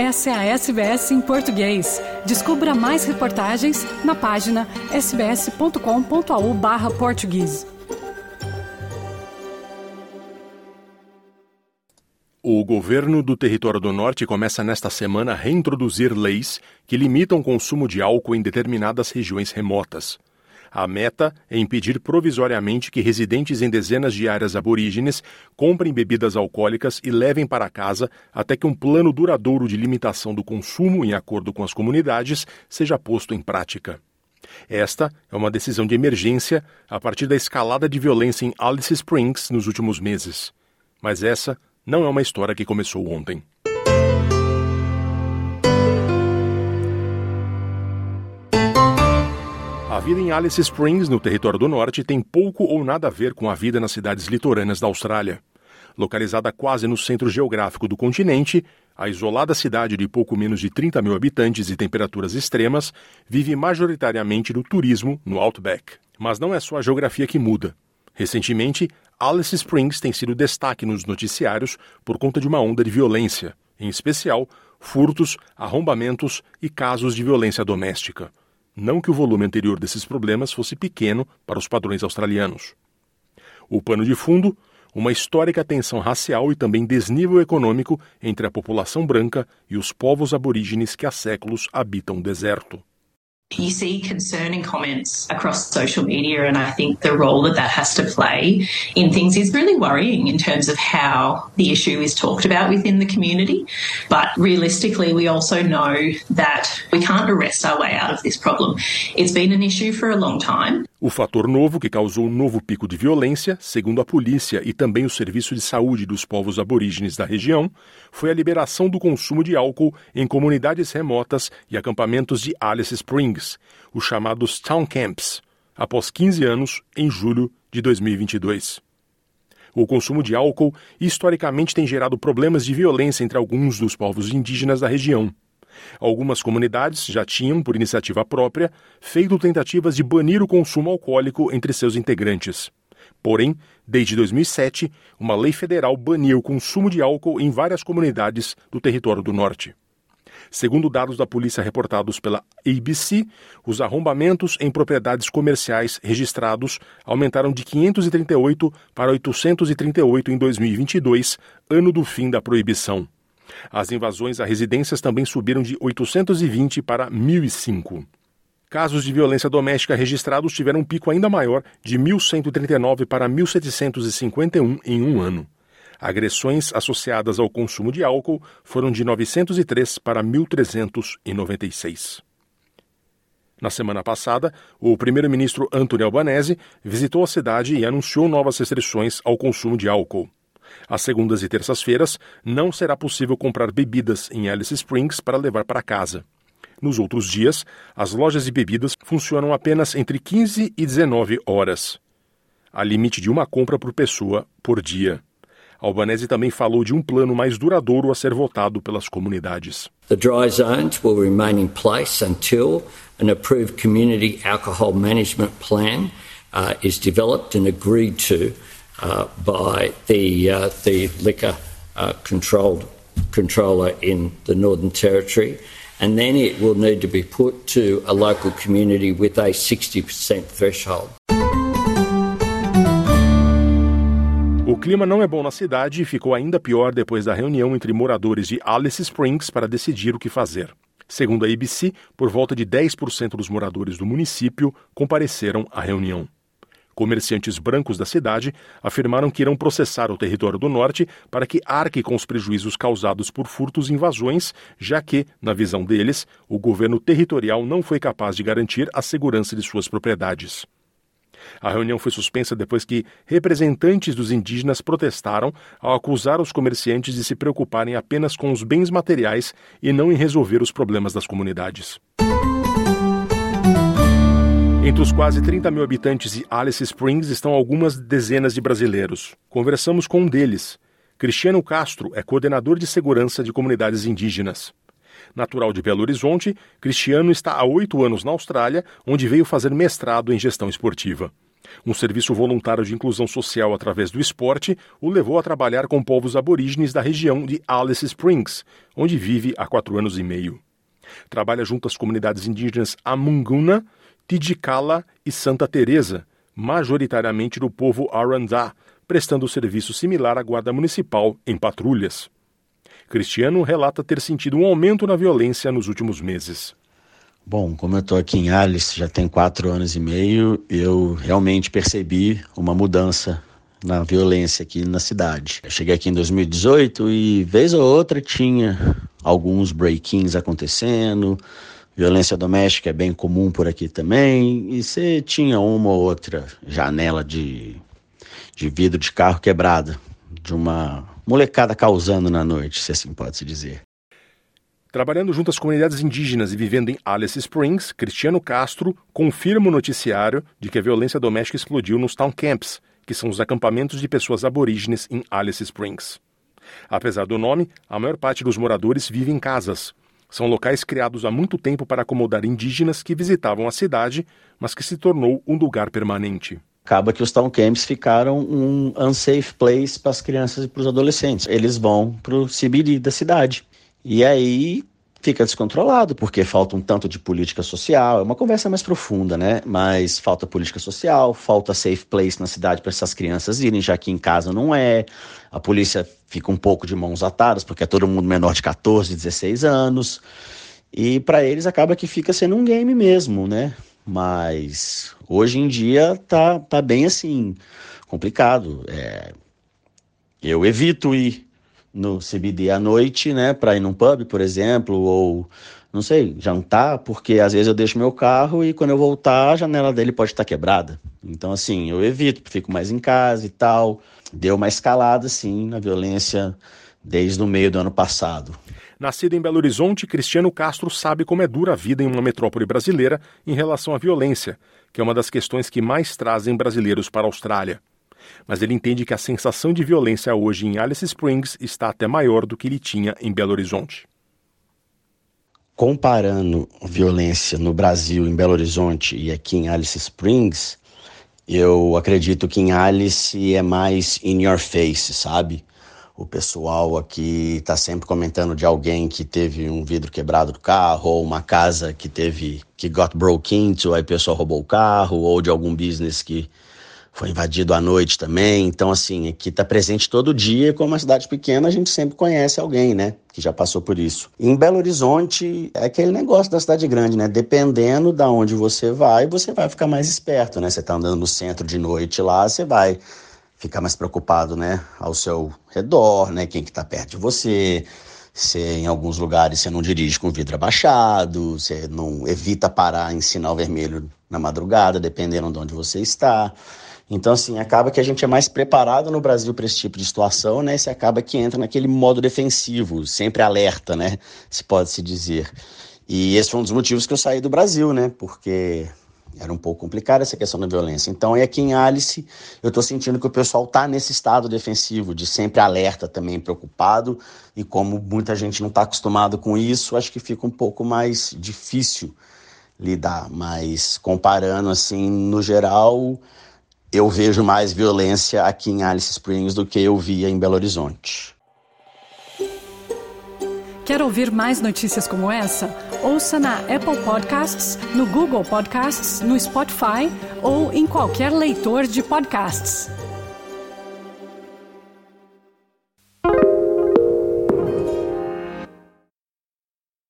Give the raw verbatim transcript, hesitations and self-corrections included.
Essa é a S B S em português. Descubra mais reportagens na página sbs.com.au barra português. O governo do Território do Norte começa nesta semana a reintroduzir leis que limitam o consumo de álcool em determinadas regiões remotas. A meta é impedir provisoriamente que residentes em dezenas de áreas aborígenes comprem bebidas alcoólicas e levem para casa até que um plano duradouro de limitação do consumo, em acordo com as comunidades, seja posto em prática. Esta é uma decisão de emergência a partir da escalada de violência em Alice Springs nos últimos meses. Mas essa não é uma história que começou ontem. A vida em Alice Springs, no Território do Norte, tem pouco ou nada a ver com a vida nas cidades litorâneas da Austrália. Localizada quase no centro geográfico do continente, a isolada cidade de pouco menos de trinta mil habitantes e temperaturas extremas vive majoritariamente no turismo no Outback. Mas não é só a geografia que muda. Recentemente, Alice Springs tem sido destaque nos noticiários por conta de uma onda de violência, em especial furtos, arrombamentos e casos de violência doméstica. Não que o volume anterior desses problemas fosse pequeno para os padrões australianos. O pano de fundo, uma histórica tensão racial e também desnível econômico entre a população branca e os povos aborígenes que há séculos habitam o deserto. You see concerning comments across social media, and I think the role that that has to play in things is really worrying in terms of how the issue is talked about within the community. But realistically, we also know that we can't arrest our way out of this problem. It's been an issue for a long time. O fator novo que causou um novo pico de violência, segundo a polícia e também o Serviço de Saúde dos povos aborígenes da região, foi a liberação do consumo de álcool em comunidades remotas e acampamentos de Alice Springs, os chamados Town Camps, após quinze anos, em julho de dois mil e vinte e dois. O consumo de álcool historicamente tem gerado problemas de violência entre alguns dos povos indígenas da região. Algumas comunidades já tinham, por iniciativa própria, feito tentativas de banir o consumo alcoólico entre seus integrantes. Porém, desde dois mil e sete, uma lei federal baniu o consumo de álcool em várias comunidades do Território do Norte. Segundo dados da polícia reportados pela A B C, os arrombamentos em propriedades comerciais registrados aumentaram de quinhentos e trinta e oito para oitocentos e trinta e oito em dois mil e vinte e dois, ano do fim da proibição. As invasões a residências também subiram de oitocentos e vinte para mil e cinco. Casos de violência doméstica registrados tiveram um pico ainda maior, de mil cento e trinta e nove para mil setecentos e cinquenta e um em um ano. Agressões associadas ao consumo de álcool foram de novecentos e três para mil trezentos e noventa e seis. Na semana passada, o primeiro-ministro Anthony Albanese visitou a cidade e anunciou novas restrições ao consumo de álcool. Às segundas e terças-feiras, não será possível comprar bebidas em Alice Springs para levar para casa. Nos outros dias, as lojas de bebidas funcionam apenas entre quinze e dezenove horas. Há limite de uma compra por pessoa por dia. Albanese também falou de um plano mais duradouro a ser votado pelas comunidades. The dry zones will remain in place until an approved community alcohol management plan uh, is developed and agreed to Uh, by the uh, the liquor uh, controlled controller in the Northern Territory, and then it will need to be put to a local community with a sixty percent threshold. O clima não é bom na cidade e ficou ainda pior depois da reunião entre moradores de Alice Springs para decidir o que fazer. Segundo a A B C, por volta de dez por cento dos moradores do município compareceram à reunião. Comerciantes brancos da cidade afirmaram que irão processar o Território do Norte para que arque com os prejuízos causados por furtos e invasões, já que, na visão deles, o governo territorial não foi capaz de garantir a segurança de suas propriedades. A reunião foi suspensa depois que representantes dos indígenas protestaram ao acusar os comerciantes de se preocuparem apenas com os bens materiais e não em resolver os problemas das comunidades. Entre os quase trinta mil habitantes de Alice Springs estão algumas dezenas de brasileiros. Conversamos com um deles. Cristiano Castro é coordenador de segurança de comunidades indígenas. Natural de Belo Horizonte, Cristiano está há oito anos na Austrália, onde veio fazer mestrado em gestão esportiva. Um serviço voluntário de inclusão social através do esporte o levou a trabalhar com povos aborígenes da região de Alice Springs, onde vive há quatro anos e meio. Trabalha junto às comunidades indígenas Amunguna, Tijicala e Santa Teresa, majoritariamente do povo Arandá, prestando serviço similar à guarda municipal em patrulhas. Cristiano relata ter sentido um aumento na violência nos últimos meses. Bom, como eu estou aqui em Alice já tem quatro anos e meio, eu realmente percebi uma mudança na violência aqui na cidade. Eu cheguei aqui em dois mil e dezoito e vez ou outra tinha alguns break-ins acontecendo, violência doméstica é bem comum por aqui também, e você tinha uma ou outra janela de, de vidro de carro quebrada, de uma molecada causando na noite, se assim pode se dizer. Trabalhando junto às comunidades indígenas e vivendo em Alice Springs, Cristiano Castro confirma o noticiário de que a violência doméstica explodiu nos town camps, que são os acampamentos de pessoas aborígenes em Alice Springs. Apesar do nome, a maior parte dos moradores vive em casas. São locais criados há muito tempo para acomodar indígenas que visitavam a cidade, mas que se tornou um lugar permanente. Acaba que os town camps ficaram um unsafe place para as crianças e para os adolescentes. Eles vão para o C B D da cidade. E aí fica descontrolado, porque falta um tanto de política social. É uma conversa mais profunda, né? Mas falta política social, falta safe place na cidade para essas crianças irem, já que em casa não é. A polícia fica um pouco de mãos atadas, porque é todo mundo menor de catorze, dezesseis anos. E para eles acaba que fica sendo um game mesmo, né? Mas hoje em dia tá, tá bem assim, complicado. É... Eu evito ir no C B D à noite, né, para ir num pub, por exemplo, ou, não sei, jantar, porque às vezes eu deixo meu carro e quando eu voltar a janela dele pode estar quebrada. Então, assim, eu evito, fico mais em casa e tal. Deu uma escalada, sim, na violência desde o meio do ano passado. Nascido em Belo Horizonte, Cristiano Castro sabe como é dura a vida em uma metrópole brasileira em relação à violência, que é uma das questões que mais trazem brasileiros para a Austrália. Mas ele entende que a sensação de violência hoje em Alice Springs está até maior do que ele tinha em Belo Horizonte. Comparando violência no Brasil, em Belo Horizonte e aqui em Alice Springs, eu acredito que em Alice é mais in your face, sabe? O pessoal aqui está sempre comentando de alguém que teve um vidro quebrado do carro, ou uma casa que teve, que got broke into, aí o pessoal roubou o carro, ou de algum business que foi invadido à noite também. Então, assim, aqui está presente todo dia. Como uma cidade pequena, a gente sempre conhece alguém, né, que já passou por isso. Em Belo Horizonte, é aquele negócio da cidade grande, né? Dependendo de onde você vai, você vai ficar mais esperto, né? Você está andando no centro de noite lá, você vai ficar mais preocupado, né, ao seu redor, né, quem que está perto de você. Você, em alguns lugares, você não dirige com o vidro abaixado, você não evita parar em sinal vermelho na madrugada, dependendo de onde você está. Então, assim, acaba que a gente é mais preparado no Brasil para esse tipo de situação, né? Você acaba que entra naquele modo defensivo, sempre alerta, né? Se pode se dizer. E esse foi um dos motivos que eu saí do Brasil, né? Porque era um pouco complicada essa questão da violência. Então, e aqui em Alice, eu tô sentindo que o pessoal tá nesse estado defensivo, de sempre alerta também, preocupado. E como muita gente não tá acostumado com isso, acho que fica um pouco mais difícil lidar. Mas comparando, assim, no geral, eu vejo mais violência aqui em Alice Springs do que eu via em Belo Horizonte. Quer ouvir mais notícias como essa? Ouça na Apple Podcasts, no Google Podcasts, no Spotify ou em qualquer leitor de podcasts.